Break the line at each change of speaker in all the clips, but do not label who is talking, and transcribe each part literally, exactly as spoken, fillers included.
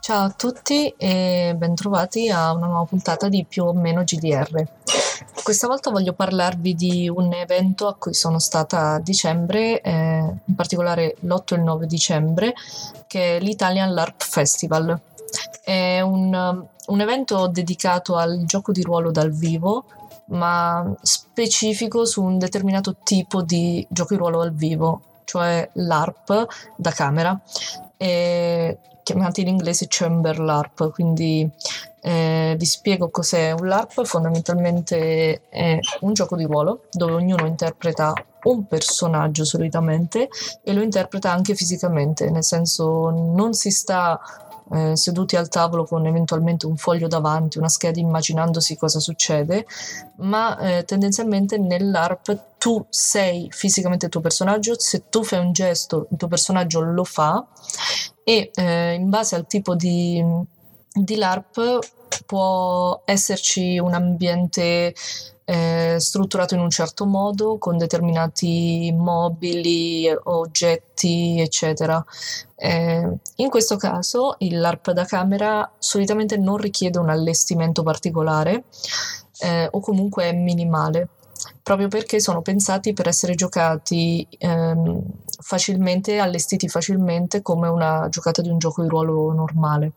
Ciao a tutti e bentrovati a una nuova puntata di Più o meno G D R. Questa volta voglio parlarvi di un evento a cui sono stata a dicembre, eh, in particolare l'otto e il nove dicembre, che è l'Italian LARP Festival. È un, un evento dedicato al gioco di ruolo dal vivo, ma specifico su un determinato tipo di gioco di ruolo dal vivo, cioè LARP da camera, e chiamati in inglese Chamber LARP. Quindi eh, vi spiego cos'è un LARP. Fondamentalmente è un gioco di ruolo dove ognuno interpreta un personaggio solitamente e lo interpreta anche fisicamente, nel senso non si sta eh, seduti al tavolo con eventualmente un foglio davanti, una scheda, immaginandosi cosa succede, ma eh, tendenzialmente nell'ARP tu sei fisicamente il tuo personaggio. Se tu fai un gesto il tuo personaggio lo fa, e eh, in base al tipo di, di LARP può esserci un ambiente eh, strutturato in un certo modo, con determinati mobili, oggetti, eccetera. Eh, in questo caso il LARP da camera solitamente non richiede un allestimento particolare, eh, o comunque è minimale, proprio perché sono pensati per essere giocati ehm, facilmente, allestiti facilmente come una giocata di un gioco di ruolo normale.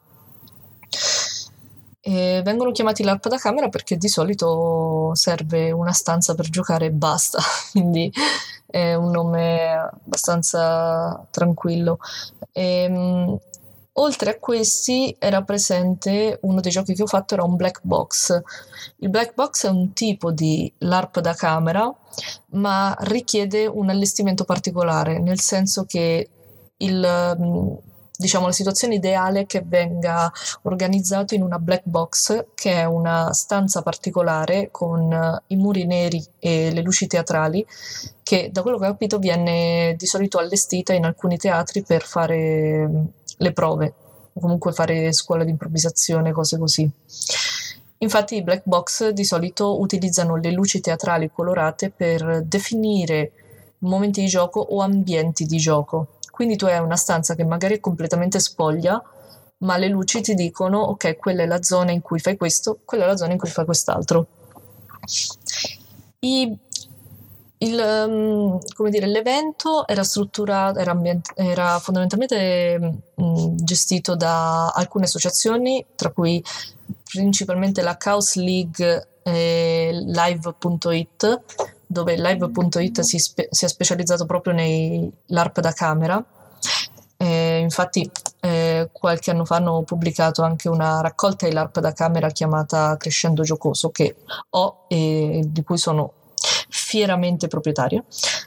E vengono chiamati LARP da camera perché di solito serve una stanza per giocare e basta, quindi è un nome abbastanza tranquillo. E, oltre a questi era presente uno dei giochi che ho fatto, era un black box. Il black box è un tipo di LARP da camera, ma richiede un allestimento particolare, nel senso che il, diciamo, la situazione ideale è che venga organizzato in una black box, che è una stanza particolare con i muri neri e le luci teatrali, che da quello che ho capito viene di solito allestita in alcuni teatri per fare le prove o comunque fare scuola di improvvisazione, cose così. Infatti i black box di solito utilizzano le luci teatrali colorate per definire momenti di gioco o ambienti di gioco. Quindi tu hai una stanza che magari è completamente spoglia, ma le luci ti dicono: ok, quella è la zona in cui fai questo, quella è la zona in cui fai quest'altro. I, il, um, come dire, l'evento era strutturato, era, ambient- era fondamentalmente um, gestito da alcune associazioni, tra cui principalmente la Chaos League e Live punto it, dove Live punto it si, spe- si è specializzato proprio nei LARP da camera. Eh, infatti eh, qualche anno fa hanno pubblicato anche una raccolta di LARP da camera chiamata Crescendo Giocoso, che ho e di cui sono fieramente proprietaria.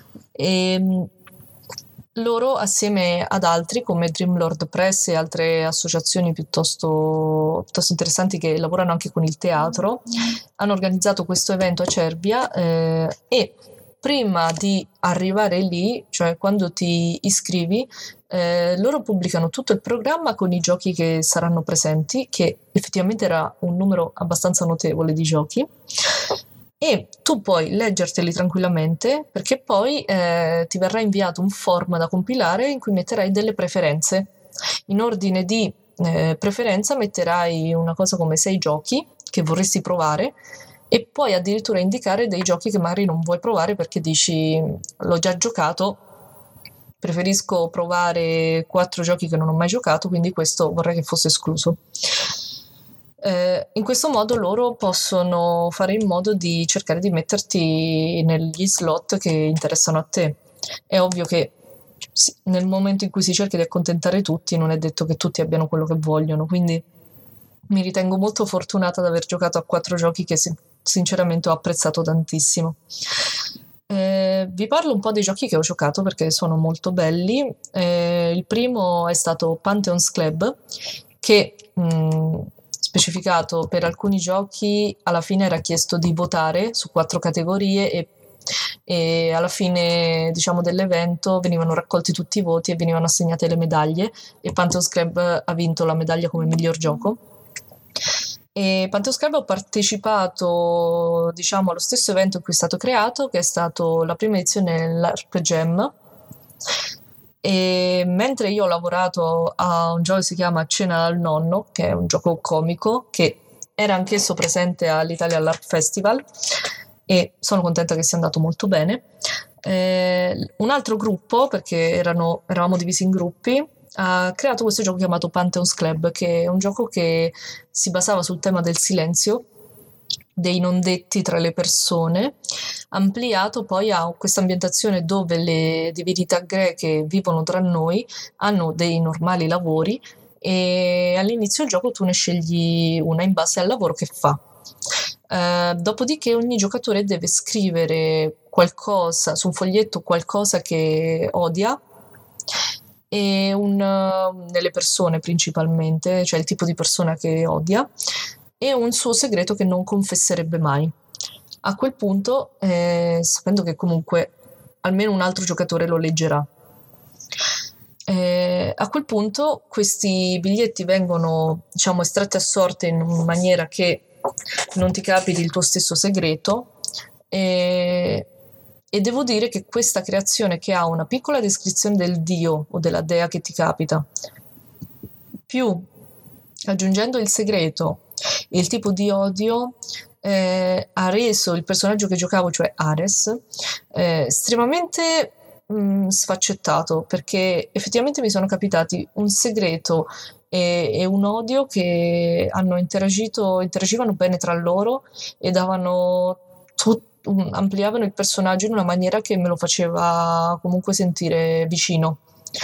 E loro, assieme ad altri come Dreamlord Press e altre associazioni piuttosto, piuttosto interessanti che lavorano anche con il teatro, hanno organizzato questo evento a Cervia, eh, e prima di arrivare lì, cioè quando ti iscrivi, eh, loro pubblicano tutto il programma con i giochi che saranno presenti, che effettivamente era un numero abbastanza notevole di giochi, e tu puoi leggerteli tranquillamente, perché poi eh, ti verrà inviato un form da compilare in cui metterai delle preferenze. In ordine di eh, preferenza metterai una cosa come sei giochi che vorresti provare, e puoi addirittura indicare dei giochi che magari non vuoi provare perché dici: l'ho già giocato, preferisco provare quattro giochi che non ho mai giocato, quindi questo vorrei che fosse escluso. Eh, in questo modo loro possono fare in modo di cercare di metterti negli slot che interessano a te. È ovvio che nel momento in cui si cerca di accontentare tutti, non è detto che tutti abbiano quello che vogliono, quindi mi ritengo molto fortunata ad aver giocato a quattro giochi che sinceramente ho apprezzato tantissimo. Eh, vi parlo un po' dei giochi che ho giocato perché sono molto belli. Eh, il primo è stato Pantheon's Club, che mh, specificato per alcuni giochi alla fine era chiesto di votare su quattro categorie, e, e alla fine, diciamo, dell'evento venivano raccolti tutti i voti e venivano assegnate le medaglie, e Pantheon's Club ha vinto la medaglia come miglior gioco. E Pantheon's Club ho partecipato, diciamo, allo stesso evento in cui è stato creato, che è stato la prima edizione dell'A R P Jam, E mentre io ho lavorato a un gioco che si chiama Cena al nonno, che è un gioco comico, che era anch'esso presente all'Italia all'Art Festival, e sono contenta che sia andato molto bene. Eh, un altro gruppo, perché erano, eravamo divisi in gruppi, ha creato questo gioco chiamato Pantheons Club, che è un gioco che si basava sul tema del silenzio, dei non detti tra le persone, ampliato poi a questa ambientazione dove le divinità greche vivono tra noi, hanno dei normali lavori e all'inizio del gioco tu ne scegli una in base al lavoro che fa. Uh, dopodiché ogni giocatore deve scrivere qualcosa su un foglietto, qualcosa che odia, e un, uh, nelle persone principalmente, cioè il tipo di persona che odia, e un suo segreto che non confesserebbe mai. A quel punto, eh, sapendo che comunque almeno un altro giocatore lo leggerà, eh, a quel punto questi biglietti vengono, diciamo, estratti a sorte in maniera che non ti capiti il tuo stesso segreto, e, e devo dire che questa creazione, che ha una piccola descrizione del dio o della dea che ti capita, più aggiungendo il segreto e il tipo di odio, eh, ha reso il personaggio che giocavo, cioè Ares, eh, estremamente mh, sfaccettato, perché effettivamente mi sono capitati un segreto e, e un odio che hanno interagito, interagivano bene tra loro e davano tut- un- ampliavano il personaggio in una maniera che me lo faceva comunque sentire vicino.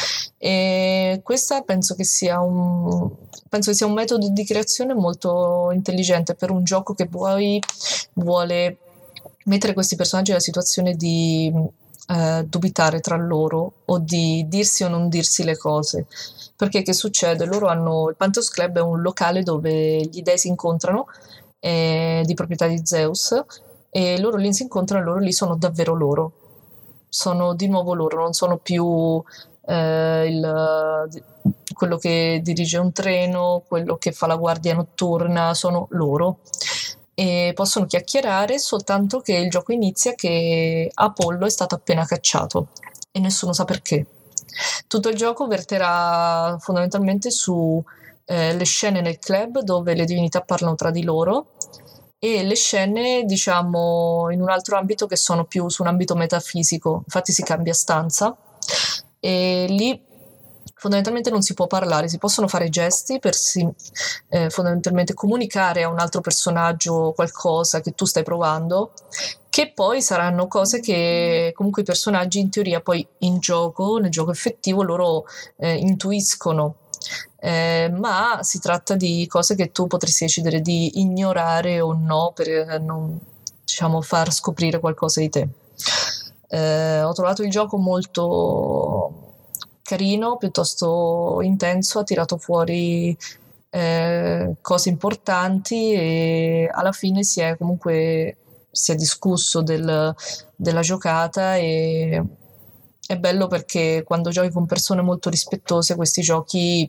E questa penso che sia un, penso che sia un metodo di creazione molto intelligente per un gioco che poi vuole mettere questi personaggi nella situazione di eh, dubitare tra loro o di dirsi o non dirsi le cose. Perché che succede? Loro hanno, il Pantheos Club è un locale dove gli dei si incontrano, eh, di proprietà di Zeus, e loro lì si incontrano e loro lì sono davvero loro. Sono di nuovo loro, non sono più eh, il, quello che dirige un treno, quello che fa la guardia notturna, sono loro. E possono chiacchierare, soltanto che il gioco inizia che Apollo è stato appena cacciato e nessuno sa perché. Tutto il gioco verterà fondamentalmente su eh, le scene nel club dove le divinità parlano tra di loro, e le scene, diciamo, in un altro ambito che sono più su un ambito metafisico. Infatti si cambia stanza e lì fondamentalmente non si può parlare, si possono fare gesti per si, eh, fondamentalmente comunicare a un altro personaggio qualcosa che tu stai provando, che poi saranno cose che comunque i personaggi in teoria poi in gioco, nel gioco effettivo, loro eh, intuiscono. Eh, ma si tratta di cose che tu potresti decidere di ignorare o no per eh, non, diciamo, far scoprire qualcosa di te. Eh, ho trovato il gioco molto carino, piuttosto intenso, ha tirato fuori eh, cose importanti e alla fine si è comunque si è discusso del, della giocata, e è bello perché quando giochi con persone molto rispettose questi giochi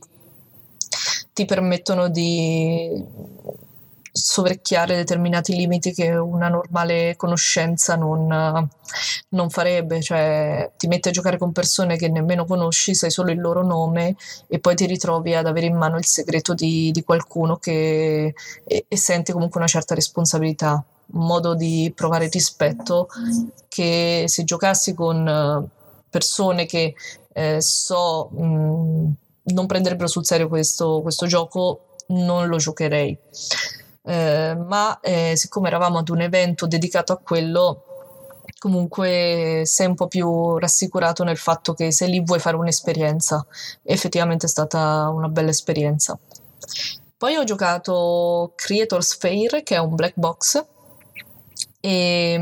ti permettono di soverchiare determinati limiti che una normale conoscenza non, non farebbe. Cioè ti metti a giocare con persone che nemmeno conosci, sai solo il loro nome e poi ti ritrovi ad avere in mano il segreto di, di qualcuno che, e, e senti comunque una certa responsabilità, un modo di provare rispetto che se giocassi con persone che eh, so mh, non prenderebbero sul serio questo, questo gioco, non lo giocherei. Eh, ma eh, siccome eravamo ad un evento dedicato a quello, comunque sei un po' più rassicurato nel fatto che se lì vuoi fare un'esperienza, effettivamente è stata una bella esperienza. Poi ho giocato Creators Fair, che è un black box, e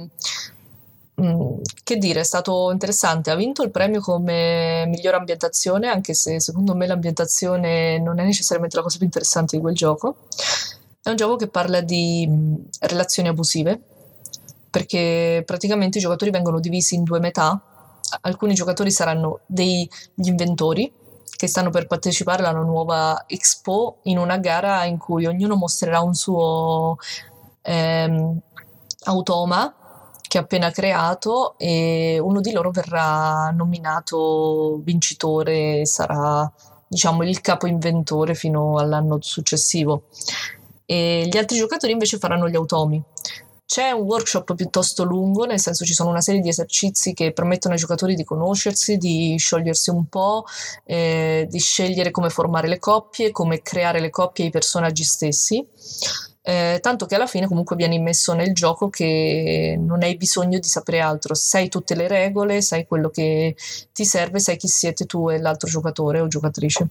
mh, che dire, è stato interessante. Ha vinto il premio come miglior ambientazione, anche se secondo me l'ambientazione non è necessariamente la cosa più interessante di quel gioco. È un gioco che parla di mh, relazioni abusive, perché praticamente i giocatori vengono divisi in due metà. Alcuni giocatori saranno degli inventori che stanno per partecipare alla nuova Expo, in una gara in cui ognuno mostrerà un suo ehm, automa che ha appena creato e uno di loro verrà nominato vincitore e sarà, diciamo, il capo inventore fino all'anno successivo. E gli altri giocatori invece faranno gli automi. C'è un workshop piuttosto lungo, nel senso ci sono una serie di esercizi che permettono ai giocatori di conoscersi, di sciogliersi un po', eh, di scegliere come formare le coppie, come creare le coppie e i personaggi stessi. Eh, tanto che alla fine comunque viene immesso nel gioco che non hai bisogno di sapere altro, sai tutte le regole, sai quello che ti serve, sai chi siete tu e l'altro giocatore o giocatrice.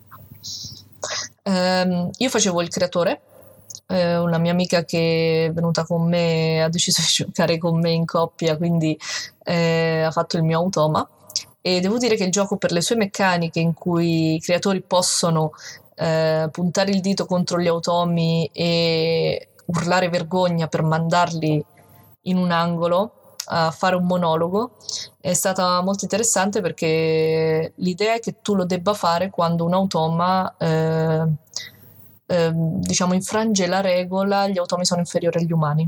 Um, io facevo il creatore, eh, una mia amica che è venuta con me ha deciso di giocare con me in coppia, quindi eh, ha fatto il mio automa e devo dire che il gioco, per le sue meccaniche in cui i creatori possono eh, puntare il dito contro gli automi e urlare vergogna per mandarli in un angolo a fare un monologo, è stata molto interessante perché l'idea è che tu lo debba fare quando un automa eh, eh, diciamo infrange la regola, gli automi sono inferiori agli umani.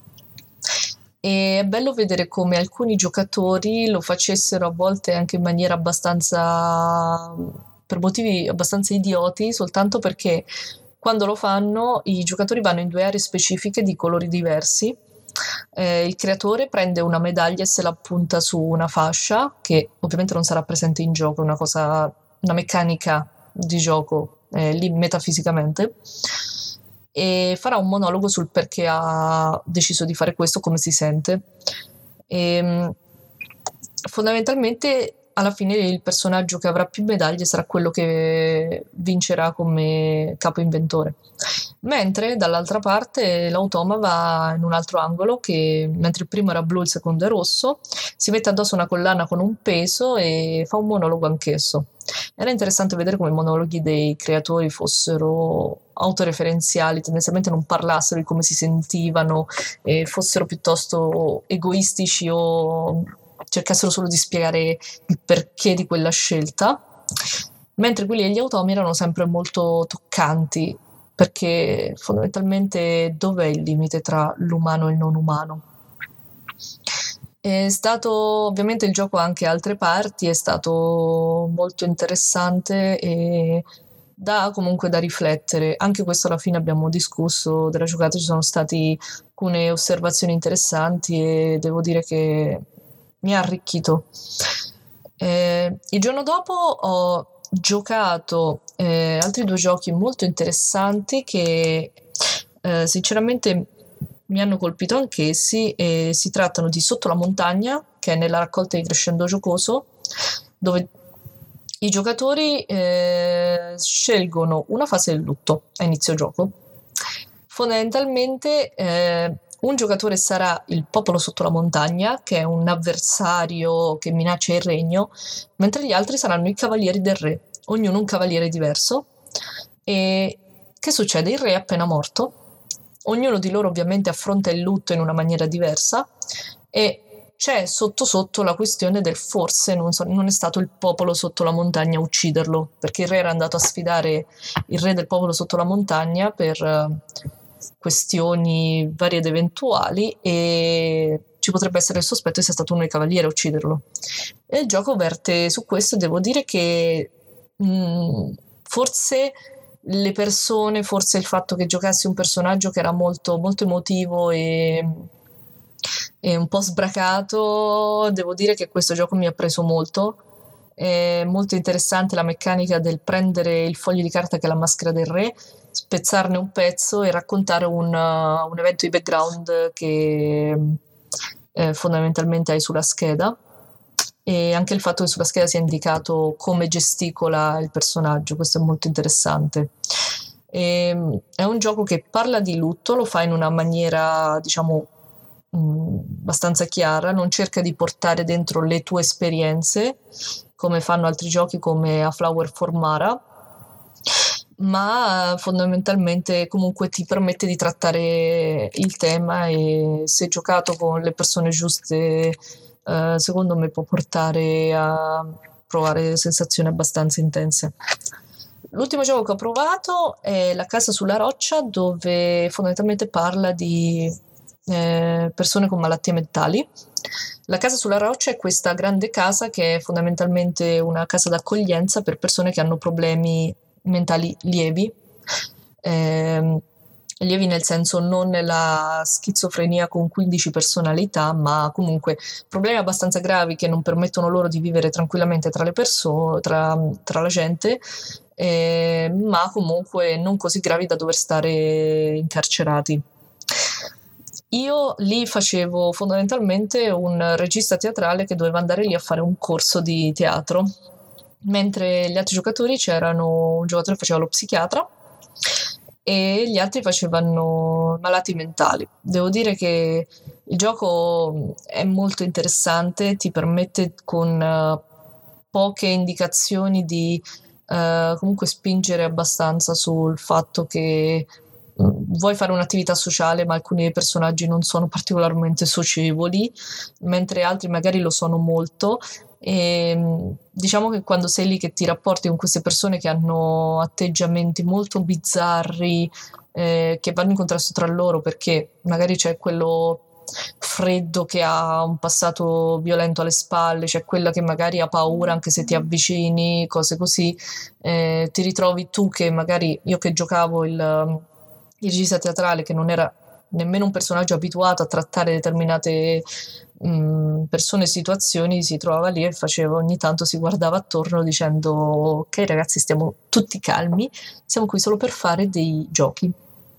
E è bello vedere come alcuni giocatori lo facessero a volte anche in maniera abbastanza, per motivi abbastanza idioti, soltanto perché quando lo fanno i giocatori vanno in due aree specifiche di colori diversi. Eh, il creatore prende una medaglia e se la appunta su una fascia, che ovviamente non sarà presente in gioco, è una cosa, una meccanica di gioco eh, lì metafisicamente, e farà un monologo sul perché ha deciso di fare questo, come si sente. E, fondamentalmente alla fine il personaggio che avrà più medaglie sarà quello che vincerà come capo inventore, mentre dall'altra parte l'automa va in un altro angolo che, mentre il primo era blu, il secondo è rosso, si mette addosso una collana con un peso e fa un monologo anch'esso. Era interessante vedere come i monologhi dei creatori fossero autoreferenziali, tendenzialmente non parlassero di come si sentivano e fossero piuttosto egoistici o cercassero solo di spiegare il perché di quella scelta, mentre quelli degli automi erano sempre molto toccanti, perché fondamentalmente dov'è il limite tra l'umano e il non umano? È stato, ovviamente il gioco ha anche altre parti, è stato molto interessante e dà comunque da riflettere. Anche questo alla fine abbiamo discusso della giocata, ci sono state alcune osservazioni interessanti e devo dire che mi ha arricchito. Eh, il giorno dopo ho giocato eh, altri due giochi molto interessanti che eh, sinceramente mi hanno colpito anch'essi, e si trattano di Sotto la montagna, che è nella raccolta di Crescendo Giocoso, dove i giocatori eh, scelgono una fase del lutto a inizio gioco. Fondamentalmente eh, un giocatore sarà il popolo sotto la montagna, che è un avversario che minaccia il regno, mentre gli altri saranno i cavalieri del re, ognuno un cavaliere diverso. E che succede? Il re è appena morto, ognuno di loro ovviamente affronta il lutto in una maniera diversa e c'è sotto sotto la questione del forse non, so, non è stato il popolo sotto la montagna a ucciderlo, perché il re era andato a sfidare il re del popolo sotto la montagna per uh, questioni varie ed eventuali, e ci potrebbe essere il sospetto che sia stato uno dei cavalieri a ucciderlo. E il gioco verte su questo, e devo dire che mh, forse le persone, forse il fatto che giocassi un personaggio che era molto, molto emotivo e, e un po' sbracato, devo dire che questo gioco mi ha preso molto. È molto interessante la meccanica del prendere il foglio di carta che è la maschera del re, spezzarne un pezzo e raccontare un, uh, un evento di background che eh, fondamentalmente hai sulla scheda, e anche il fatto che sulla scheda sia indicato come gesticola il personaggio, questo è molto interessante. E, è un gioco che parla di lutto, lo fa in una maniera diciamo mh, abbastanza chiara, non cerca di portare dentro le tue esperienze come fanno altri giochi come A Flower for Mara, ma fondamentalmente comunque ti permette di trattare il tema, e se giocato con le persone giuste Uh, secondo me può portare a provare sensazioni abbastanza intense. L'ultimo gioco che ho provato è La casa sulla roccia, dove fondamentalmente parla di eh, persone con malattie mentali. La Casa sulla Roccia è questa grande casa che è fondamentalmente una casa d'accoglienza per persone che hanno problemi mentali lievi, ehm, lievi nel senso non nella schizofrenia con quindici personalità, ma comunque problemi abbastanza gravi che non permettono loro di vivere tranquillamente tra le persone, tra, tra la gente, eh, ma comunque non così gravi da dover stare incarcerati. Io lì facevo fondamentalmente un regista teatrale che doveva andare lì a fare un corso di teatro, mentre gli altri giocatori c'erano un giocatore che faceva lo psichiatra e gli altri facevano malati mentali. Devo dire che il gioco è molto interessante, ti permette con uh, poche indicazioni di uh, comunque spingere abbastanza sul fatto che vuoi fare un'attività sociale, ma alcuni dei personaggi non sono particolarmente socievoli, mentre altri magari lo sono molto. E diciamo che quando sei lì che ti rapporti con queste persone che hanno atteggiamenti molto bizzarri, eh, che vanno in contrasto tra loro, perché magari c'è quello freddo che ha un passato violento alle spalle, c'è quella che magari ha paura anche se ti avvicini, cose così, eh, ti ritrovi tu che magari, io che giocavo il il regista teatrale, che non era nemmeno un personaggio abituato a trattare determinate mh, persone e situazioni, si trovava lì e faceva, ogni tanto si guardava attorno dicendo: ok ragazzi, stiamo tutti calmi, siamo qui solo per fare dei giochi.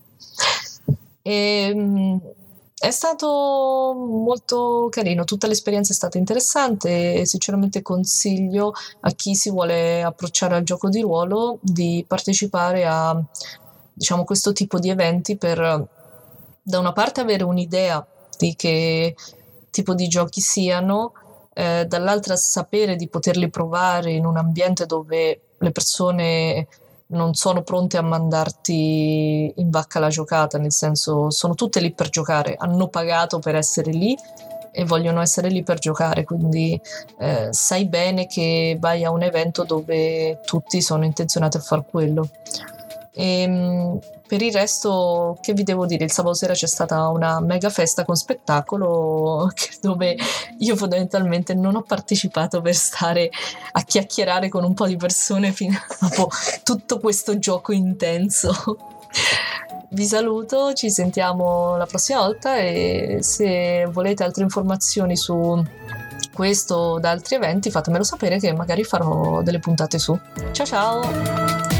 E, mh, è stato molto carino, tutta l'esperienza è stata interessante e sinceramente consiglio a chi si vuole approcciare al gioco di ruolo di partecipare a, diciamo, questo tipo di eventi per, da una parte, avere un'idea di che tipo di giochi siano, eh, dall'altra sapere di poterli provare in un ambiente dove le persone non sono pronte a mandarti in vacca la giocata, nel senso sono tutte lì per giocare, hanno pagato per essere lì e vogliono essere lì per giocare, quindi eh, sai bene che vai a un evento dove tutti sono intenzionati a far quello. E, per il resto, che vi devo dire, il sabato sera c'è stata una mega festa con spettacolo dove io fondamentalmente non ho partecipato per stare a chiacchierare con un po' di persone fino dopo tutto questo gioco intenso. Vi saluto, ci sentiamo la prossima volta e se volete altre informazioni su questo o da altri eventi fatemelo sapere che magari farò delle puntate su. Ciao ciao!